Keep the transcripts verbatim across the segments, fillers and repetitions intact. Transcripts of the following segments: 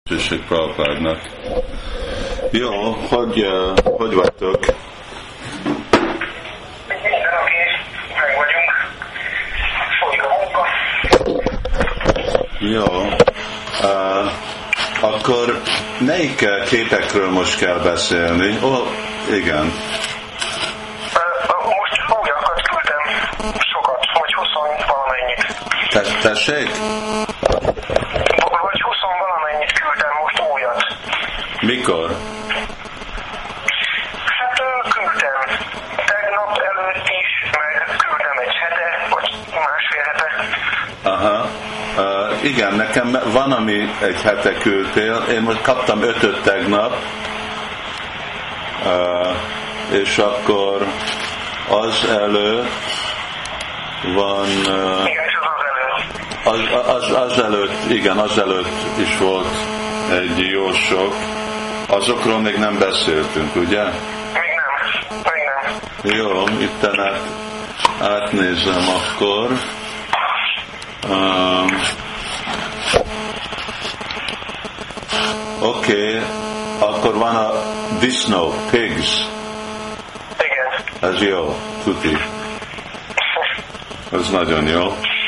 Köszönjük Prabhupádnak. Jó, hogy, uh, hogy vagytok? Minden oké, meg vagyunk. Folyik a munka. Jó. Uh, akkor melyik képekről most kell beszélni? Ó, oh, igen. Uh, most újakat küldtem sokat, vagy húsz valamennyit. Te, tessék? Vagy húsz valamennyit küldtem most újat. Mikor? Hát küldtem. Tegnap előtt is, meg küldtem egy hete, vagy másfél hete. Aha. Uh, igen, nekem van, ami egy hete küldtél. Én most kaptam ötöt tegnap. Uh, és akkor az előtt van... Uh, Igen, és az az előtt. Az, az, az előtt, igen, az előtt is volt egy jó sok. Azokról még nem beszéltünk, ugye? Még nem, még nem. Jó, itt át, átnézem akkor. Um, Oké, okay. Akkor van a disznó, pigs. Igen. Ez jó, tuti. Ez nagyon jó.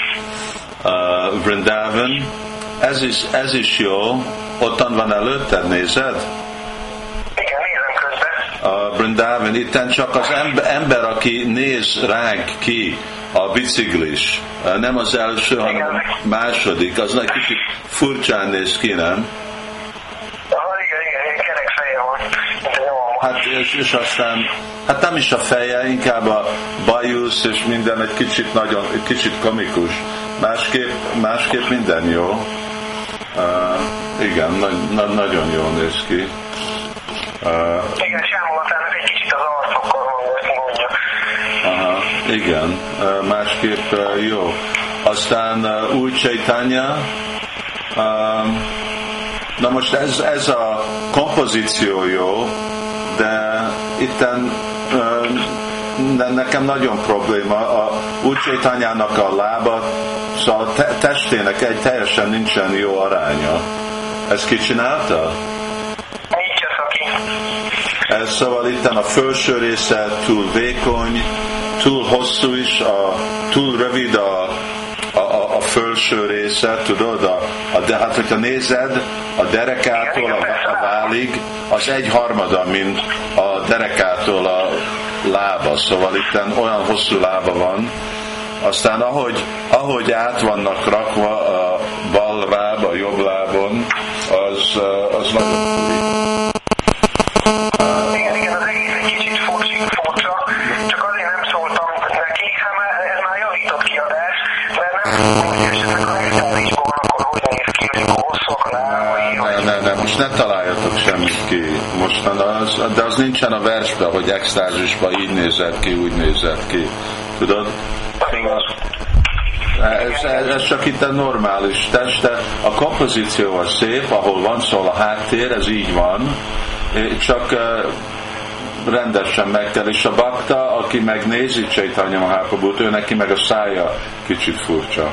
Uh, Vrindavan, ez is, ez is jó. Ottan van előtted, nézed? Igen, nézem közben. A Vrindavan, itten csak az ember, ember, aki néz ránk ki, a biciklis. Nem az első, hanem a második. Az egy kicsit furcsán néz ki, nem? Aha, igen, igen, igen, kerek feje van, mint a nyomom. Hát és, és aztán, hát nem is a feje, inkább a bajusz és minden egy kicsit nagyon, egy kicsit komikus. Másképp, másképp minden jó. Uh, igen, na, na, nagyon jól néz ki. Uh, Igen, Sámolatának egy kicsit az arcokkal mondja. aha, igen, uh, másképp uh, jó. Aztán uh, új Chaitanya. Uh, na most ez, ez a kompozíció jó, de itten uh, nekem nagyon probléma. A új Chaitanyának a lába, szóval a te- testének egy teljesen nincsen jó aránya. Ezt ki csinálta? Nincs az, aki. Ez szóval itten a felső része túl vékony, túl hosszú is, a, túl rövid a, a, a, a felső része, tudod? A, a, de hát, hogyha nézed, a derekától a, a válig, az egy harmada, mint a derekától a lába, szóval itten olyan hosszú lába van. Aztán ahogy, ahogy át vannak rakva a bal láb, a jobb lábon, az, az nagyon furi. Igen, igen, az egész egy kicsit furcsa, furcsa, csak azért nem szóltam neki, hát már, ez már javított kiadás, mert nem tudom, hogy esetleg a megszállásból akkor hogy néz ki, hogy akkor hosszúak a lábai, Nem, nem, nem, most ne találjatok semmit ki mostan, az, de az nincsen a versben, hogy extázisban így nézett ki, úgy nézett ki. Tudod? Ez, ez, ez csak itt a normális teste. A kompozíció az szép, ahol van szól a háttér, ez így van, csak rendesen megtel, és a bakta, aki megnézi Chaitanya Mahaprabhut, ő neki meg a szája kicsit furcsa.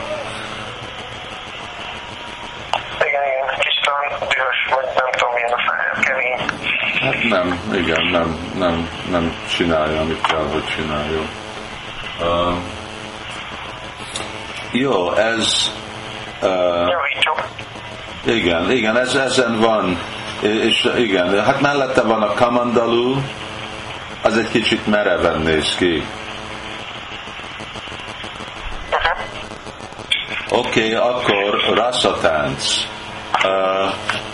Igen, igen, kicsit olyan dühös, vagy nem tudom milyen a szája, kemény. Hát nem, igen, nem, nem, nem csinálja, amit kell, hogy csináljon. Uh, jó, ez... Uh, Javítsuk. igen, igen, ez ezen van, és igen, hát mellette van a Kamandalu, az egy kicsit mereven néz ki. Uh-huh. Oké, okay, akkor rasszatánc. Uh,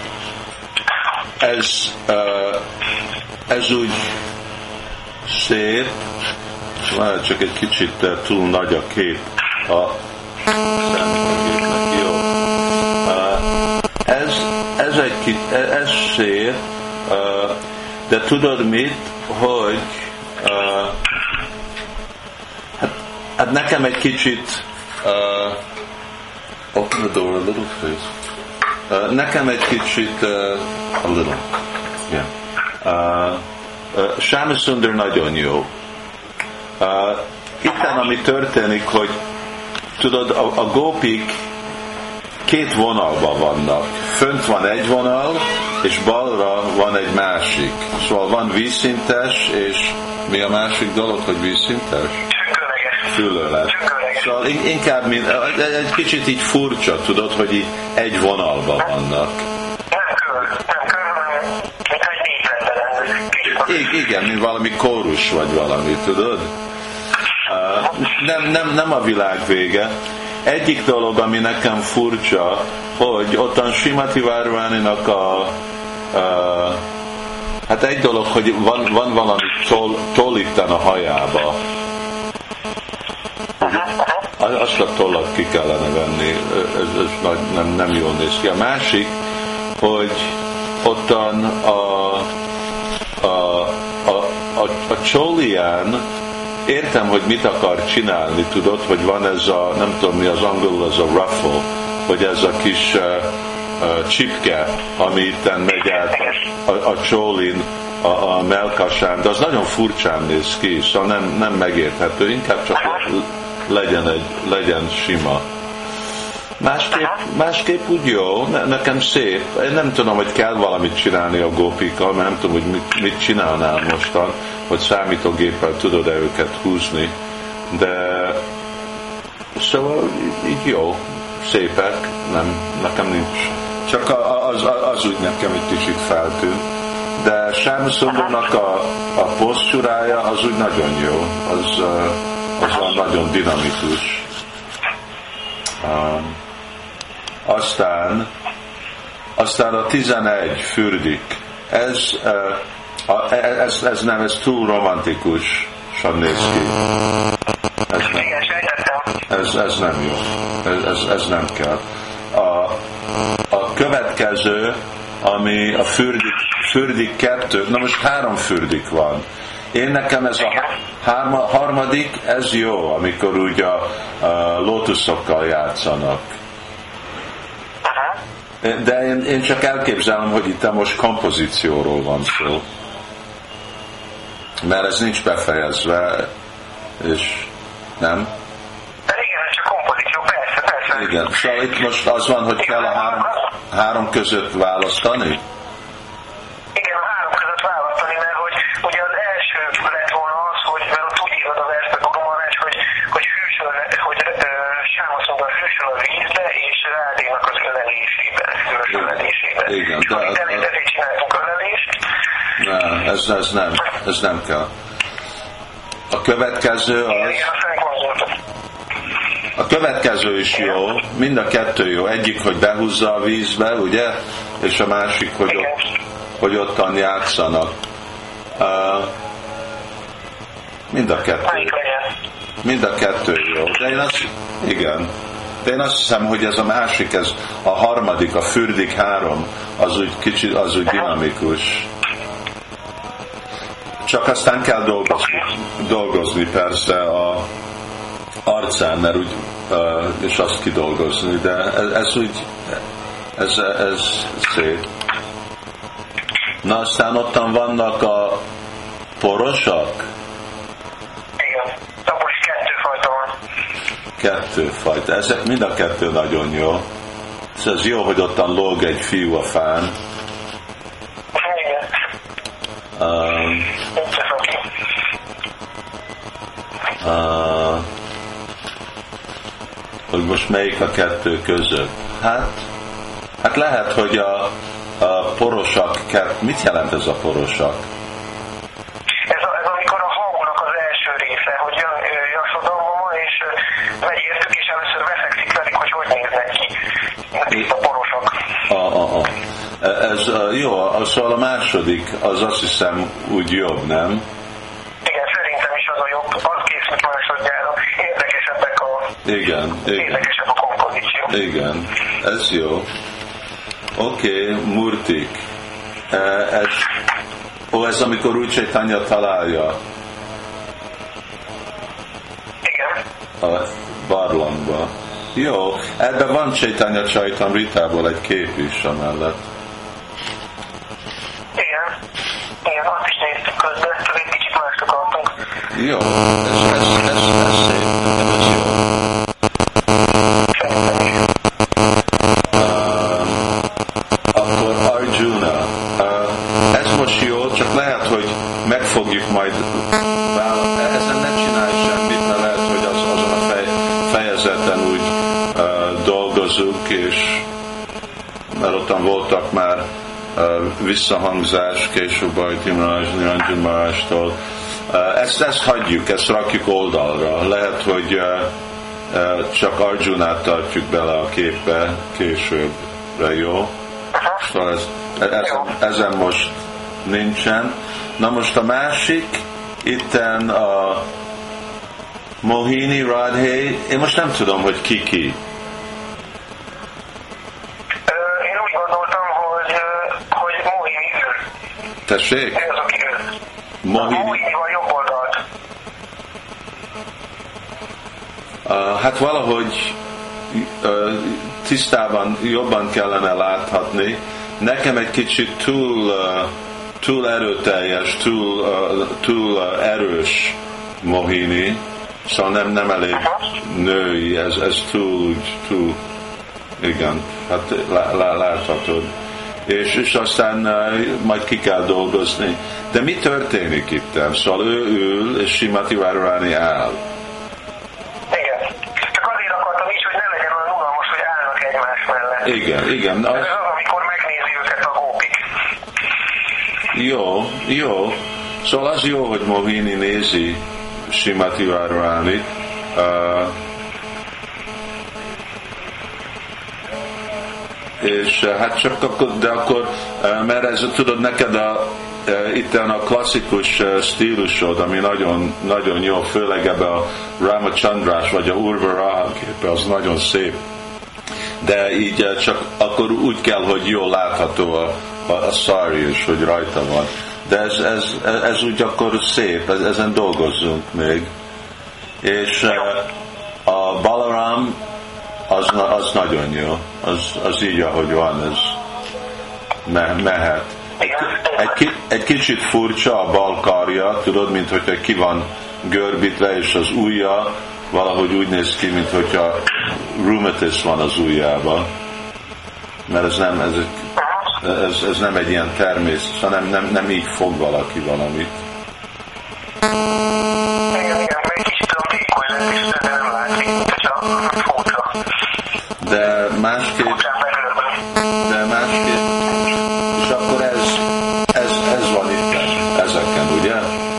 ez, uh, ez úgy szép, már csak egy kicsit uh, túl nagy a kép a szemüvegnek, jó. Uh, ez, ez egy kicsit, ez szép, uh, de tudod mit, hogy uh, hát, hát nekem egy kicsit uh, open the door a little please. Uh, nekem egy kicsit uh, a little yeah. uh, uh, Shyamsundar nagyon jó. Uh, itten ami történik, hogy tudod, a, a gópik két vonalban vannak. fönt van egy vonal, és balra van egy másik. Szóval van vízszintes, és mi a másik dolog, hogy vízszintes? Fülölet. Szóval inkább mint, egy kicsit így furcsa, tudod, hogy így egy vonalban vannak. Nem kör, nem kör, hanem mint egy négyzetben. Igen, mint valami kórus vagy valami, tudod? Nem, nem, nem a világ vége. Egyik dolog, ami nekem furcsa, hogy ottan Srimati Radharaninak a, a hát egy dolog, hogy van, van valami toll, toll itten a hajába. Azt a tollat ki kellene venni, ez, ez nagy, nem, nem jól néz ki. A másik, hogy ottan a, a, a, a, a csólián értem, hogy mit akar csinálni, tudod, hogy van ez a, nem tudom mi az angolul, az a ruffle, hogy ez a kis uh, uh, csipke, ami itten megy át a, a csólin, a, a melkasán, de az nagyon furcsán néz ki, szóval nem, nem megérthető, inkább csak legyen, egy, legyen sima. Másképp, másképp úgy jó, ne, nekem szép. Én nem tudom, hogy kell valamit csinálni a gópikkal, mert nem tudom, hogy mit, mit csinálnál mostan, hogy számítógéppel tudod-e őket húzni, de szóval így jó, szépek, nem, nekem nincs. Csak az, az, az úgy nekem egy kicsit feltűnt. De Shyamsundar-nak a, a posztúrája az úgy nagyon jó, az, az van nagyon dinamikus. Um, aztán aztán a tizenegy fürdik. Ez, uh, ez, ez nem, ez túl romantikusan néz ki. Ez nem, ez, ez nem jó. Ez, ez, ez nem kell. A, a következő, ami a fürdik, fürdik kettő, na most három fürdik van. Én nekem ez a hárma, harmadik, ez jó, amikor úgy a, a lótuszokkal játszanak. De én, én csak elképzelem, hogy itt most kompozícióról van szó. Mert ez nincs befejezve, és nem? Igen, ez csak kompozíció, persze, persze. Igen, szóval itt most az van, hogy kell a három, három között választani? Igen, a három között választani, mert hogy ugye az első lett volna az, hogy mert ott úgy írod a versbe Bhagavanás, hogy, hogy hűsöl, hogy uh, Shyamsundar hűsöl a vízbe, és rádénak az ölelésébe, hűs ölelésébe. Igen, de... Itt ezért csináltunk ölelést. Nem, ez, ez nem, ez nem kell. A következő az... A következő is jó, mind a kettő jó. Egyik, hogy behúzza a vízbe, ugye? És a másik, hogy ott, hogy ottan játszanak. Uh, mind a kettő. Mind a kettő jó. De én azt, igen. De én azt hiszem, hogy ez a másik, ez a harmadik, a fürdik három, az úgy kicsit, az úgy dinamikus. Csak aztán kell dolgozni, dolgozni persze a arcán, mert úgy, uh, és azt kidolgozni, de ez, ez úgy, ez, ez szép. Na aztán ottan vannak a porosak. Igen, abból is kettő fajta van. Kettő fajta, ezek mind a kettő nagyon jó. Ez jó, hogy ottan lóg egy fiú a fán. Igen. Um, uh, hogy most melyik a kettő között? Hát, hát lehet, hogy a, a porosak, mit jelent ez a porosak? Ez, a, ez amikor a hangnak az első része, hogy jön Jaszoda mama, és megy értük, és először veszekszik velük, hogy hogy néznek ki. Itt a porosak. A, a, a. Ez jó, szóval a második, az azt hiszem úgy jobb, nem? Igen, szerintem is az a jobb, az készült másodjára. Érdekesebbek a... Igen, igen. Érdekesebb a kompozíció. Igen, ez jó. Oké, okay, murtik. Ez, ó, ez amikor úgy Chaitanya találja. Igen. A barlangba. Jó, ebben van Chaitanya Charitamrita-ból egy kép is amellett. Igen. Igen, azt is néztük közben, csak egy kicsit mást akartunk. Jó, ez, ez, ez, ez szép, nekem ez jó. Szerintem is. Um, meg fogjuk majd választani. Ezen ne csinálj semmit, mert lehet, hogy az, azon a fej, fejezeten úgy uh, dolgozunk, és mert ottan voltak már uh, visszahangzás később a Niranjan Maharajtól. Uh, ezt, ezt hagyjuk, ezt rakjuk oldalra. Lehet, hogy uh, uh, csak Arjunát tartjuk bele a képbe későbbre, jó? Szóval ez, ezen, ezen most nincsen. Na most a másik, itten a Mohini, Radhe, én most nem tudom, hogy ki ki. Én úgy gondoltam, hogy, hogy Mohini ül. Tessék? Ez az, aki ül. Mohini. A Mohini van jobb oldalt. Uh, hát valahogy uh, tisztában jobban kellene láthatni. Nekem egy kicsit túl, uh, túl erőteljes, túl, uh, túl uh, erős Mohini, szóval nem, nem elég női, ez, ez túl, túl, igen, hát lá, lá, láthatod. És, és aztán uh, majd ki kell dolgozni. De mi történik itt? Szóval ő ül, és Srimati Radharani áll. Igen, igen. Az... Ez az, amikor megnézi őket a gópik. Jó, jó. Szóval az jó, hogy Mohini nézi Srimati Radharani. Uh, és uh, hát csak akkor, de akkor, uh, mert ez, tudod, neked a, uh, itten a klasszikus uh, stílusod, ami nagyon, nagyon jó, főleg ebbe a Ramachandrás vagy a Urvara képe, az nagyon szép. De így csak akkor úgy kell, hogy jól látható a, a, a szari is, hogy rajta van. De ez, ez, ez úgy akkor szép, ez, ezen dolgozzunk még. És a Balaram az, az nagyon jó, az, az így, ahogy van, ez me, mehet. Egy, egy, egy kicsit furcsa a bal karja, tudod, mint hogyha ki van görbítve, és az ujja valahogy úgy néz ki, mint hogyha rheumatis van az ujjában, mert ez nem, ez, ez, ez nem egy ilyen természet, hanem nem, nem így fog valaki valamit. Igen, igen, még kicsit a vékony lett, és de nem látszik, mint ez a fótra. De másképp, de másképp, és akkor ez, ez, ez van itt, ezeken, ugye?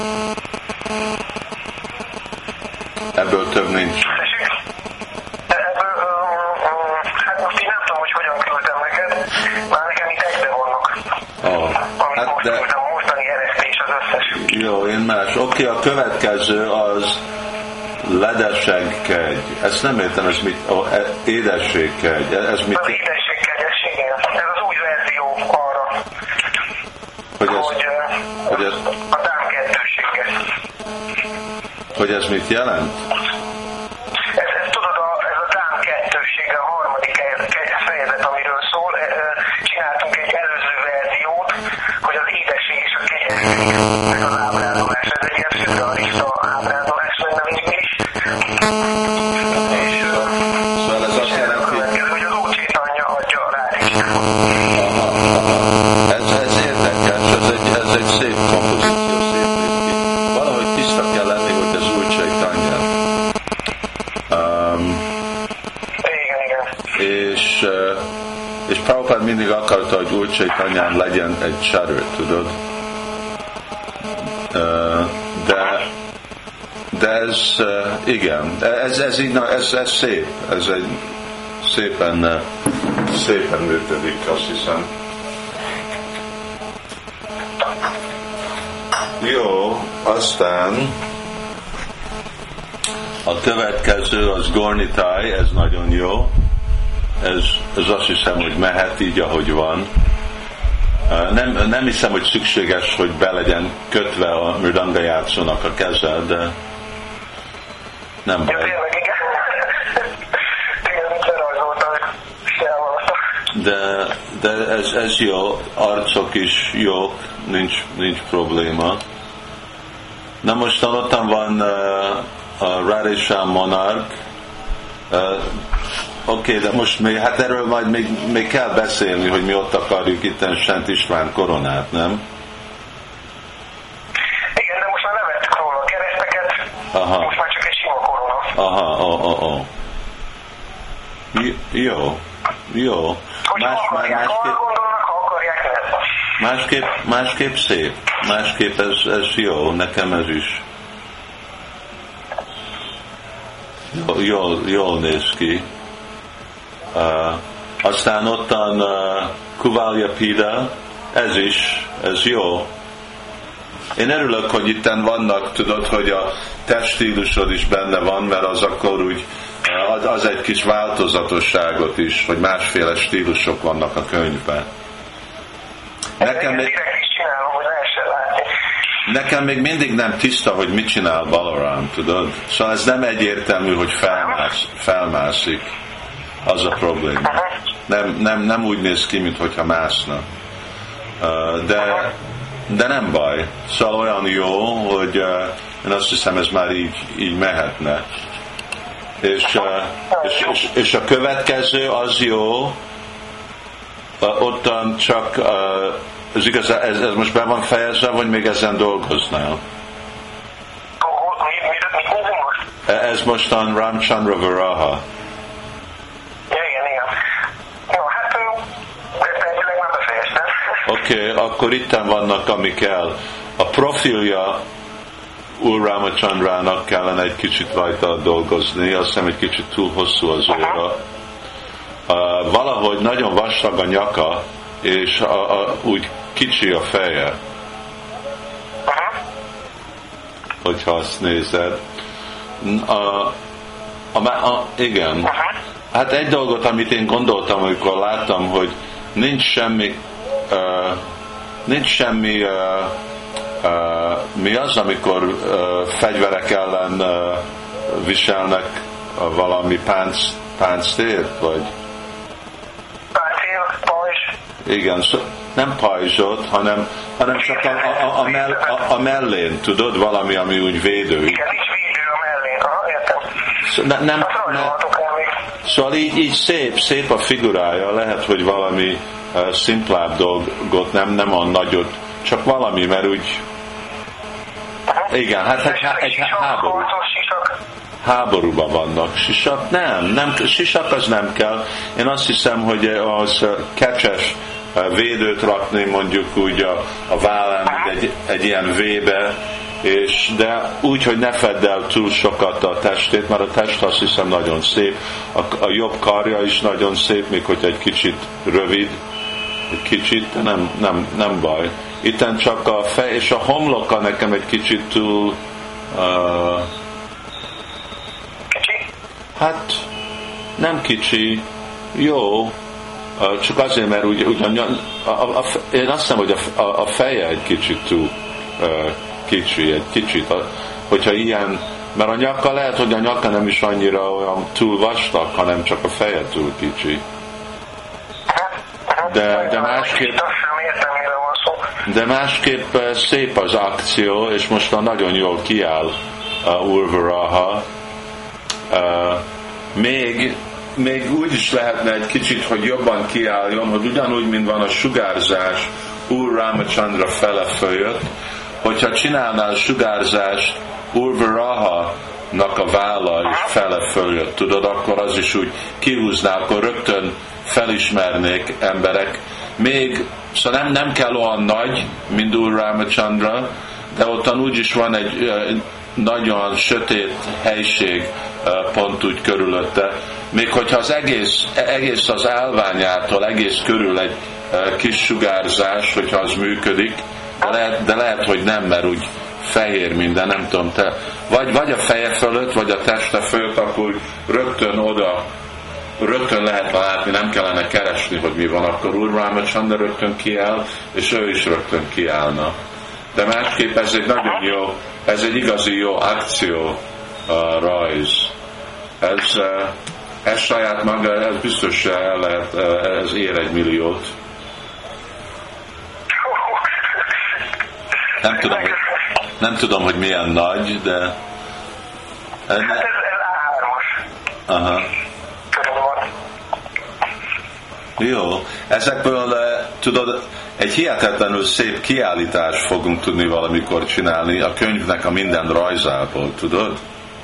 Ebből több nincs. Ebből, hát most így nem tudom, hogy hogyan küldtem neked, már nekem itt egybe vannak. Oh, Amit hát most de... küldtem, a mostani eresztés az összes. Jó, én más. Oké, a következő az ledesegkegy. Ezt nem értem, ez mit? Oh, édességkegy. Ez mit? Az édességkegyes, igen. Ez az új verzió arra, hogy ez, hogy, hogy ez, a dám kettőséges. hogy ez mit jelent? Ez, ez tudod, a, ez a dám kettősége, a harmadik fejezet, amiről szól. Csináltunk egy előző verziót, hogy az édesség és a kegyesség, meg az ábrázolás, ez egy ilyen szürrealista ábrázolás lenne végül is. És szóval ez azt jelenti, hogy az Úr Chaitanya adja rá is. Aha, aha. Ez, ez érdekes, ez egy, ez egy szép kompozíció, szép néz ki. Valahogy tiszta kell lenni, hogy ez Úr Chaitanya. Um, igen, igen. és, és Prabhupád mindig akarta, hogy Úr Chaitanyán legyen egy csarő, tudod? Uh, de de ez, uh, igen, ez, ez, így, na, ez, ez szép, ez egy szépen, uh, szépen működik, azt hiszem. Jó, aztán a következő az Gornitai, ez nagyon jó. Ez, ez azt hiszem, hogy mehet így, ahogy van. Nem, nem hiszem, hogy szükséges, hogy be legyen kötve a mridanga játszónak a keze, de nem baj. De, de ez, ez jó, arcok is jók, nincs, nincs probléma. Na most ottan van uh, a Radhesham Monarch. Uh, Oké, okay, de most még, hát erről majd még, még kell beszélni, hogy mi ott akarjuk itten Szent István koronát, nem? Aha. Most már csak egy sima korona. Aha, oh, oh, oh. Jó, jó. Hogy Más, ha akarják, másképp, arra gondolnak, ha akarják, nem. másképp, másképp szép. Másképp ez, ez jó, nekem ez is. Jól, jól, jól néz ki. Uh, aztán ottan uh, Kuvalyapida, ez is, ez jó. Én örülök, hogy itten vannak, tudod, hogy a teststílusod is benne van, mert az akkor úgy, az, az egy kis változatosságot is, hogy másféle stílusok vannak a könyvben. Nekem még, nekem még mindig nem tiszta, hogy mit csinál Balaram, tudod? Szóval ez nem egyértelmű, hogy felmász, felmászik. Az a probléma. Nem, nem, nem úgy néz ki, mintha mászna. De, de nem baj. Szóval olyan jó, hogy én azt hiszem, ez már így, így mehetne. És, és, és, és a következő az jó, ottan csak ez, igaz, ez, ez most be van fejezve, vagy még ezen dolgoznál? Ez mostan Ramchandra Varaha. Oké, okay, akkor itten vannak, ami kell. A profilja Úr Ramachandrának kellene egy kicsit rajta dolgozni, azt hiszem egy kicsit túl hosszú az óra. Uh, valahogy nagyon vastag a nyaka, és a, a, úgy kicsi a feje. Hogyha azt nézed. A, a, a, igen. Hát egy dolgot, amit én gondoltam, amikor láttam, hogy nincs semmi Uh, nincs semmi uh, uh, mi az, amikor uh, fegyverek ellen uh, viselnek uh, valami pánc, pánctért, vagy? Páncél, pajzs. Igen, so, nem pajzsot, hanem, hanem csak a, a, a, mell, a, a mellén, tudod, valami, ami úgy védő. Igen, is védő a mellén, aha, értem. So, ne, nem, ne, szóval így, így szép, szép a figurája, lehet, hogy valami uh, szimplább dolgot, nem, nem a nagyot, csak valami, mert úgy igen, hát egy, egy háború. Háborúban vannak. Sisak? Nem, nem, sisak az nem kell. Én azt hiszem, hogy az kecses védőt rakni mondjuk úgy a, a vállán, egy, egy ilyen vébe, és de úgy, hogy ne fedd el túl sokat a testét, mert a test azt hiszem nagyon szép, a, a jobb karja is nagyon szép, még hogy egy kicsit rövid, egy kicsit, nem, nem, nem baj. Itten csak a fej és a homloka nekem egy kicsit túl uh, hát nem kicsi, jó, uh, csak azért, mert úgy, ugyan, a, a, a, én azt hiszem, hogy a, a, a feje egy kicsit túl uh, kicsi, egy kicsit, a, hogyha ilyen, mert a nyaka lehet, hogy a nyaka nem is annyira olyan túl vastag, hanem csak a feje túl kicsi. De, de másképp de másképp szép az akció, és mostan nagyon jól kiáll uh, Úr Varaha. Uh, még, még úgy is lehetne egy kicsit, hogy jobban kiálljon, hogy ugyanúgy, mint van a sugárzás Úr Ramachandra fele fölött, hogyha csinálnál sugárzást Úr Varaha-nak a válla is fele fölött, tudod, akkor az is úgy kihúzná, akkor rögtön felismernék emberek. Még, szóval nem, nem kell olyan nagy, mint Úr Ramachandra, de ottan úgyis van egy uh, nagyon sötét helység uh, pont úgy körülötte. Még hogyha az egész, egész az állványától, egész körül egy uh, kis sugárzás, hogyha az működik, de lehet, de lehet, hogy nem, mert úgy fehér minden, nem tudom, te vagy, vagy a feje fölött, vagy a teste fölött, akkor rögtön oda rögtön lehet látni, nem kellene keresni, hogy mi van, akkor Úr Ramachandra rögtön kiáll, és ő is rögtön kiállna. De másképp ez egy nagyon jó, ez egy igazi jó akció uh, rajz. Ez, uh, ez saját maga, ez biztos el lehet, uh, ez ér egy milliót. Nem tudom, hogy, nem tudom, hogy milyen nagy, de... Hát ez, ez á hármas. Aha. Jó, ezekből tudod, egy hihetetlenül szép kiállítást fogunk tudni valamikor csinálni a könyvnek a minden rajzából, tudod?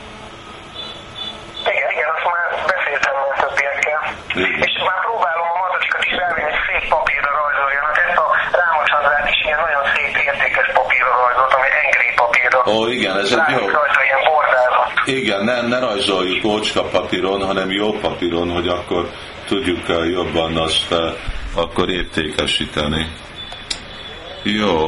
Igen, igen, azt már beszéltem már többiekkel. Igen. És már próbálom a matocikat is elvinni, hogy szép papírra rajzoljanak. Ezt a Rámos Andrát is ilyen nagyon szép, értékes papírra rajzolt, ami engri papírra. Ó, igen, ez egy jó. Rajta ilyen bordázott. Igen, ne, ne rajzoljuk ócska papíron, hanem jó papíron, hogy akkor tudjuk jobban azt akkor értékesíteni. Jó.